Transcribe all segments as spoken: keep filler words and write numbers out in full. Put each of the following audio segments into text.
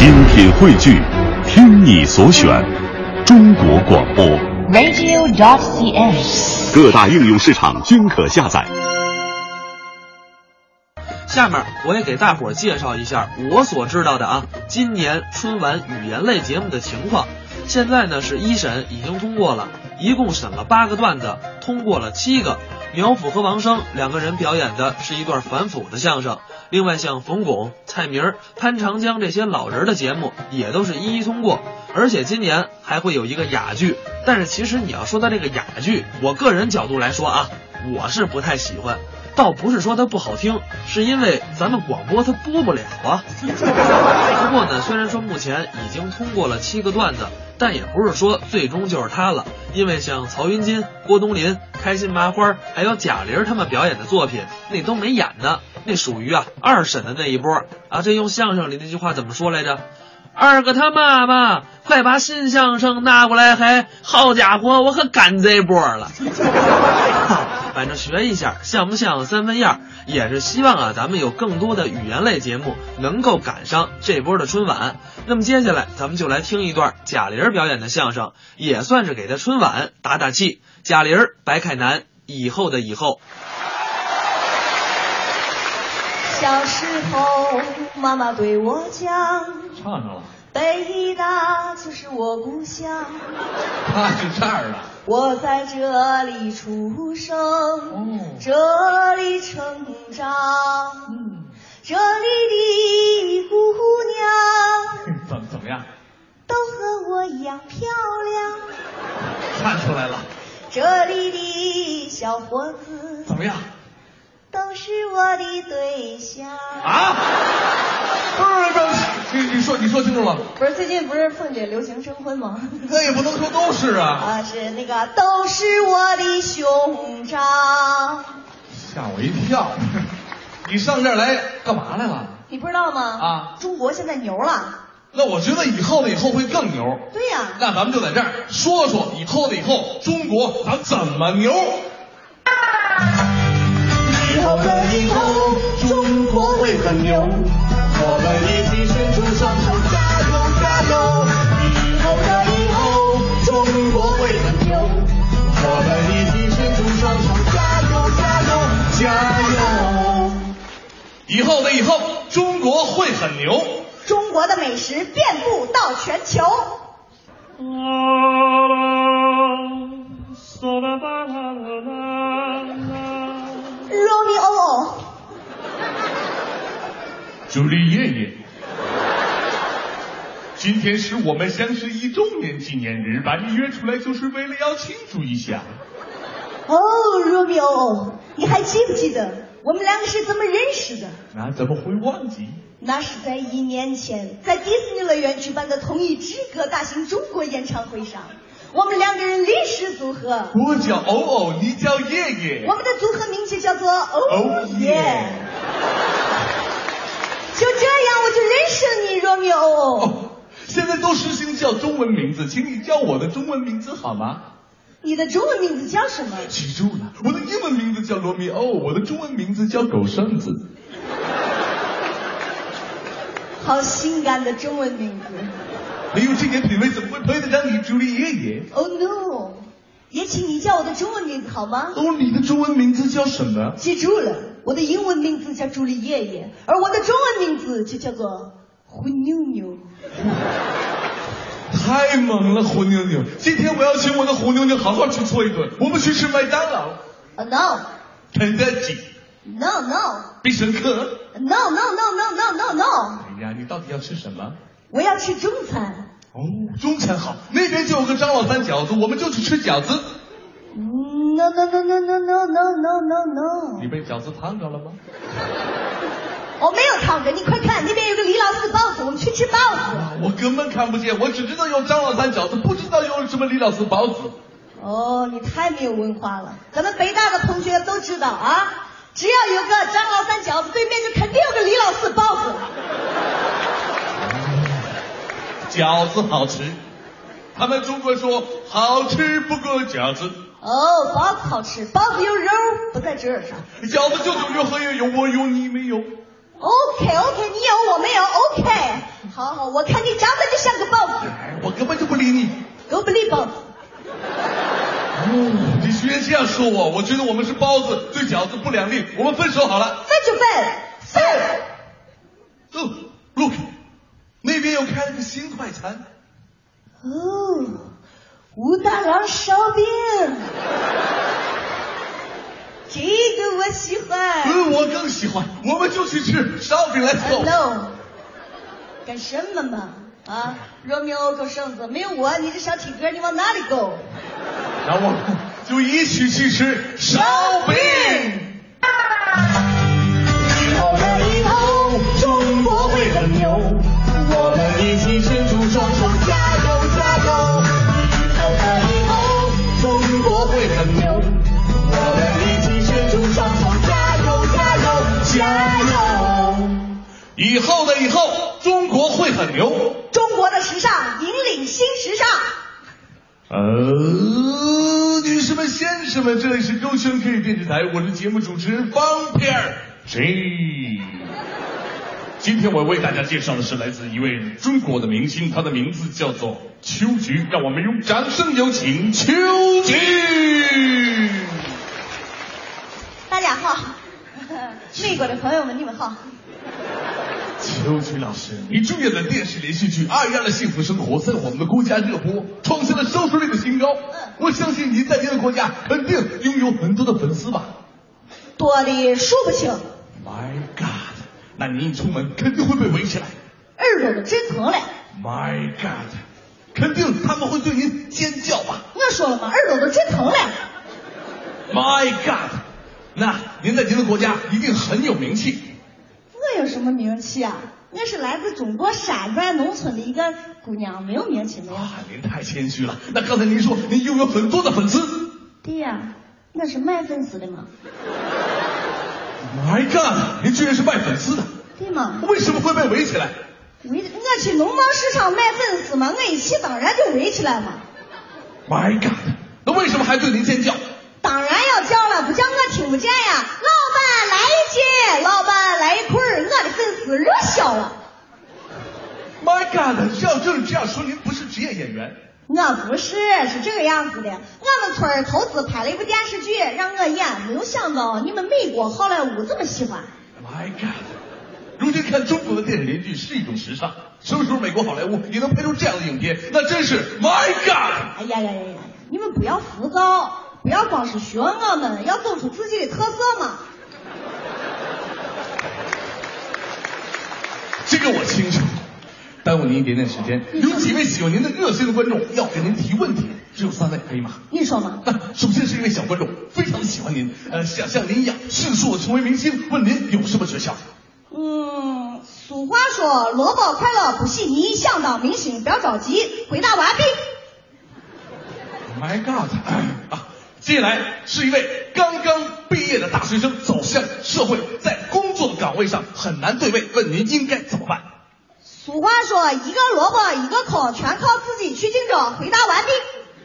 精品汇聚，听你所选，中国广播 radio dot c n， 各大应用市场均可下载。 下面我也给大伙儿介绍一下我所知道的啊，今年春晚语言类节目的情况。现在呢是一审已经通过了，一共审了八个段子，通过了七个。苗阜和王声两个人表演的是一段反腐的相声，另外像冯巩、蔡明、潘长江这些老人的节目也都是一一通过。而且今年还会有一个哑剧，但是其实你要说到这个哑剧，我个人角度来说啊，我是不太喜欢。倒不是说它不好听，是因为咱们广播它播不了啊。不过呢，虽然说目前已经通过了七个段子，但也不是说最终就是它了，因为像曹云金、郭冬临、开心麻花还有贾玲他们表演的作品那都没演呢，那属于啊二审的那一波啊。这用相声里那句话怎么说来着？二个他妈妈，快把新相声拿过来！还好家伙，我可赶这波了。反正学一下，像不像三分样？也是希望啊，咱们有更多的语言类节目能够赶上这波的春晚。那么接下来咱们就来听一段贾玲表演的相声，也算是给他春晚打打气。贾玲、白凯南，以后的以后。 小时候妈妈对我讲， 唱上了， 北大就是我故乡， 他是这儿的， 我在这里出生， 哦， 这里成长， 嗯， 这里的姑娘怎怎么样？ 都和我一样漂亮， 看出来了。 这里的小伙子怎么样？ 都是我的对象啊！不是不是，你你说你说清楚了。 不是最近不是凤姐流行征婚吗？ 那也不能说都是啊。 啊，是那个都是我的兄长。 吓我一跳！你上这儿来干嘛来了？ 你不知道吗？ 啊， 中国现在牛了。 那我觉得以后的以后会更牛。 对呀、啊。 那咱们就在这儿说说以后的以后，中国咱怎么牛？ 以后的以后，中国会很牛，我们一起伸出双手，加油加油！以后的以后，中国会很牛，我们一起伸出双手，加油加油加油！ 以后的以后，中国会很牛， 中国的美食遍布到全球。罗密欧， 朱丽叶叶，今天是我们相识一周年纪念日，把你约出来就是为了要庆祝一下。 哦，罗密欧，你还记不记得我们两个是怎么认识的？ 那怎么会忘记？ 那是在一年前，在迪士尼乐园举办的同一之歌大型中国演唱会上，我们两个人临时组合。 我叫欧欧，你叫叶叶， 我们的组合名就叫做欧耶。就这样，我就认识了你，罗密欧。 哦，现在都实行叫中文名字，请你叫我的中文名字好吗？ 你的中文名字叫什么？ 记住了，我的英文名字叫罗密欧，我的中文名字叫狗剩子。 好性感的中文名字。 没有这点品味，怎么会配得上你朱丽叶叶？ Oh no， 也请你叫我的中文名字好吗？ 哦，你的中文名字叫什么？ 记住了，我的英文名字叫朱丽叶叶，而我的中文名字就叫做胡妞妞。 太猛了，胡妞妞！今天我要请我的胡妞妞好好去做一顿，我们去吃麦当劳。 Oh no， 肯德基。 No no， 必胜客。 No no no no no no no。 哎呀，你到底要吃什么？ 我要吃中餐。 哦，中餐好，那边就有个张老三饺子，我们就去吃饺子。 No no no no no no no no no no。 你被饺子烫着了吗？ 我没有烫着，你快看，那边有个李老四包子，我们去吃包子。 啊，我根本看不见，我只知道有张老三饺子，不知道有什么李老四包子。 哦，你太没有文化了，咱们北大的同学都知道啊，只要有个张老三饺子，对面就肯定有个李老四包子。 饺子好吃，他们中国说好吃不过饺子。 哦，包子好吃，包子有肉，不在这儿上。 饺子就是有和也有，我有你没有。 OK OK， 你有我没有 OK。好好好，我看你长得就像个包子。 哎，我根本就不理你。 我不理包子。 哦，你居然这样说我，我觉得我们是包子，对饺子不两立，我们分手好了。 分就分，分。 哦 ，look， 那边又开了个新快餐。 哦，武大郎烧饼。这个我喜欢。 嗯，我更喜欢。我们就去吃烧饼来走。 No， 干什么嘛？啊，若没有狗绳子，没有我，你这小体格，你往哪里go？ 那我们就一起去吃烧饼。 以后的以后，中国会很牛，我们一起伸出双手，加油加油！以后的以后，中国会很牛，我们一起伸出双手，加油加油加油！ 以后的以后，中国会很牛。 中国的时尚引领新时尚。 呃，女士们、先生们，这里是勾圈 K 电视台，我是节目主持人方片儿 J。今天我为大家介绍的是来自一位中国的明星，他的名字叫做秋菊，让我们用掌声有请秋菊。 大家好，美国的朋友们，你们好。 秋菊老师，你主演的电视连续剧《二丫的幸福生活》在我们的国家热播，创下了收视率的新高。 嗯， 我相信您在您的国家肯定拥有很多的粉丝吧？ 多的数不清。 My God， 那您一出门肯定会被围起来。 耳朵都真疼了。 My God， 肯定他们会对您尖叫吧？ 我说了嘛，耳朵都真疼了。 My God， 那您在您的国家一定很有名气。 我有什么名气啊？我是来自中国山原农村的一个姑娘，没有名气没有。 啊，您太谦虚了。那刚才您说您拥有很多的粉丝。 对呀、啊，那是卖粉丝的嘛。 My God， 您居然是卖粉丝的。 对吗？ 为什么会被围起来？ 围我去农贸市场卖粉丝嘛，我一去当然就围起来嘛。 My God， 那为什么还对您尖叫？ 当然要叫了，不叫我听不见呀。老板来一斤，老板来一捆，我的粉丝热销了。 My God， 照正这样说，您不是职业演员？ 我不是，是这个样子的。我们村投资拍了一部电视剧，让我演，没有想到你们美国好莱坞这么喜欢。 My God， 如今看中国的电视连续剧是一种时尚，什么时候美国好莱坞也能拍出这样的影片，那真是 My God！ 哎呀呀呀呀！你们不要浮躁，不要光是学我们，要走出自己的特色嘛。 这个我清楚。耽误您一点点时间，有几位喜欢您的热心的观众要给您提问题，只有三位，可以吗？ 你说嘛。 啊，首先是一位小观众，非常的喜欢您，呃，想像您一样迅速的成为明星，问您有什么诀窍？ 嗯，俗话说，萝卜快乐不洗泥，想当明星不要着急。回答完毕。 My God！ 啊，接下来是一位刚刚毕业的大学生，走向社会，在工作的岗位上很难对位，问您应该怎么办？ 俗话说，一个萝卜一个坑，全靠自己去竞争。回答完毕。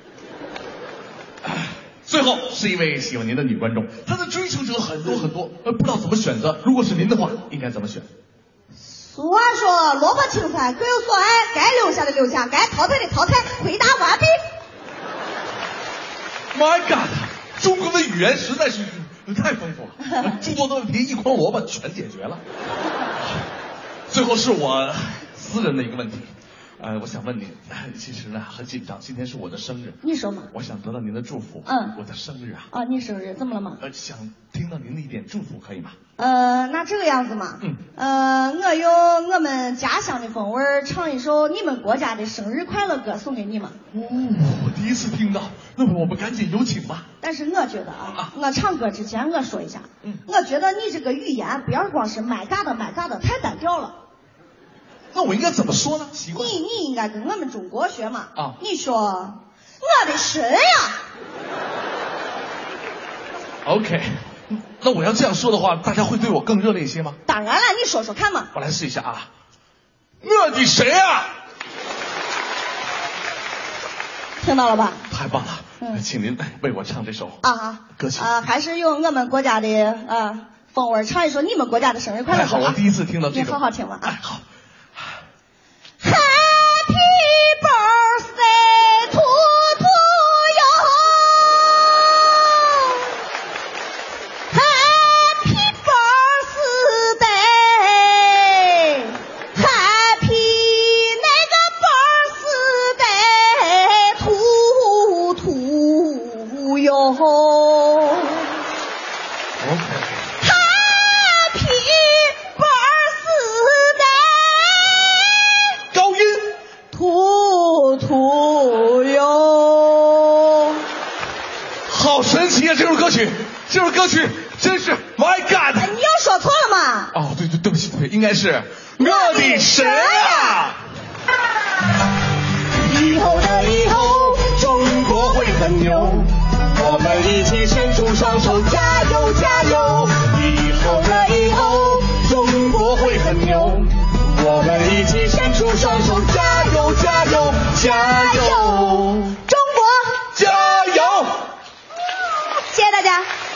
最后是一位喜欢您的女观众，她的追求者很多很多，呃，不知道怎么选择。如果是您的话，应该怎么选？ 俗话说，萝卜青菜各有所爱，该留下的留下，该淘汰的淘汰。回答完毕。 My God， 中国的语言实在是太丰富了，诸多的问题一筐萝卜全解决了。最后是我私人的一个问题，呃，我想问您，其实呢很紧张，今天是我的生日。 你说嘛？ 我想得到您的祝福。 嗯， 我的生日啊。 啊，你生日怎么了嘛？ 呃，想听到您的一点祝福，可以吗？ 呃，那这个样子嘛， 嗯， 呃，我用我们家乡的风味唱一首你们国家的生日快乐歌送给你们。 哦，我第一次听到，那么我们赶紧有请吧。 但是我觉得啊， 啊我唱歌之前我说一下， 嗯， 我觉得你这个语言不要光是买嘎的买嘎的，太单调了。 那我应该怎么说呢？习惯。 你你应该跟我们中国学嘛。 啊， 你说我的神呀。 OK，那我要这样说的话，大家会对我更热烈一些吗？ 当然了，你说说看嘛。 我来试一下啊，我的谁啊？ 听到了吧？ 太棒了， 嗯， 请您为我唱这首啊啊歌曲啊，还是用我们国家的啊风味唱一首你们国家的生日快乐歌。 太好，我第一次听到这种。 你好好听吧啊。 哎，好。 好神奇啊！这首歌曲，这首歌曲真是 My God！ 你又说错了吗？ 哦，对对对不起，对，应该是我的神啊！ 以后的以后，中国会很牛，我们一起伸出双手，加油加油！以后的以后，中国会很牛，我们一起伸出双手，加油加油加油！ 中国加油！ 谢谢大家。